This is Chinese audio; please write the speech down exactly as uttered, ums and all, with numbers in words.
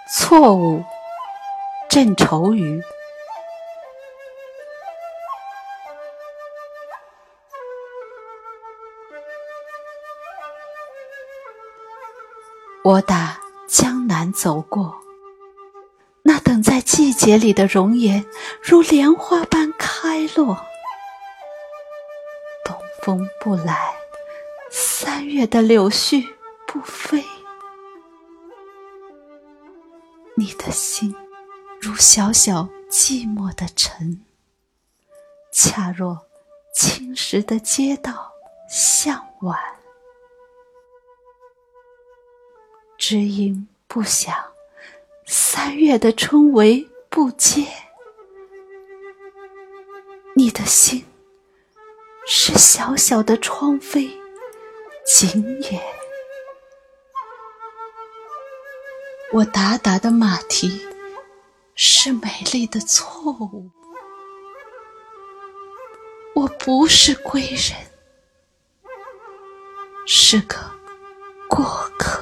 错误，郑愁予。我打江南走过，那等在季节里的容颜，如莲花般开落。东风不来，三月的柳絮不飞。你的心如小小寂寞的尘，恰若青石的街道向晚。只因不想三月的春雷不接，你的心是小小的窗扉，紧也。我达达的马蹄是美丽的错误，我不是归人，是个过客。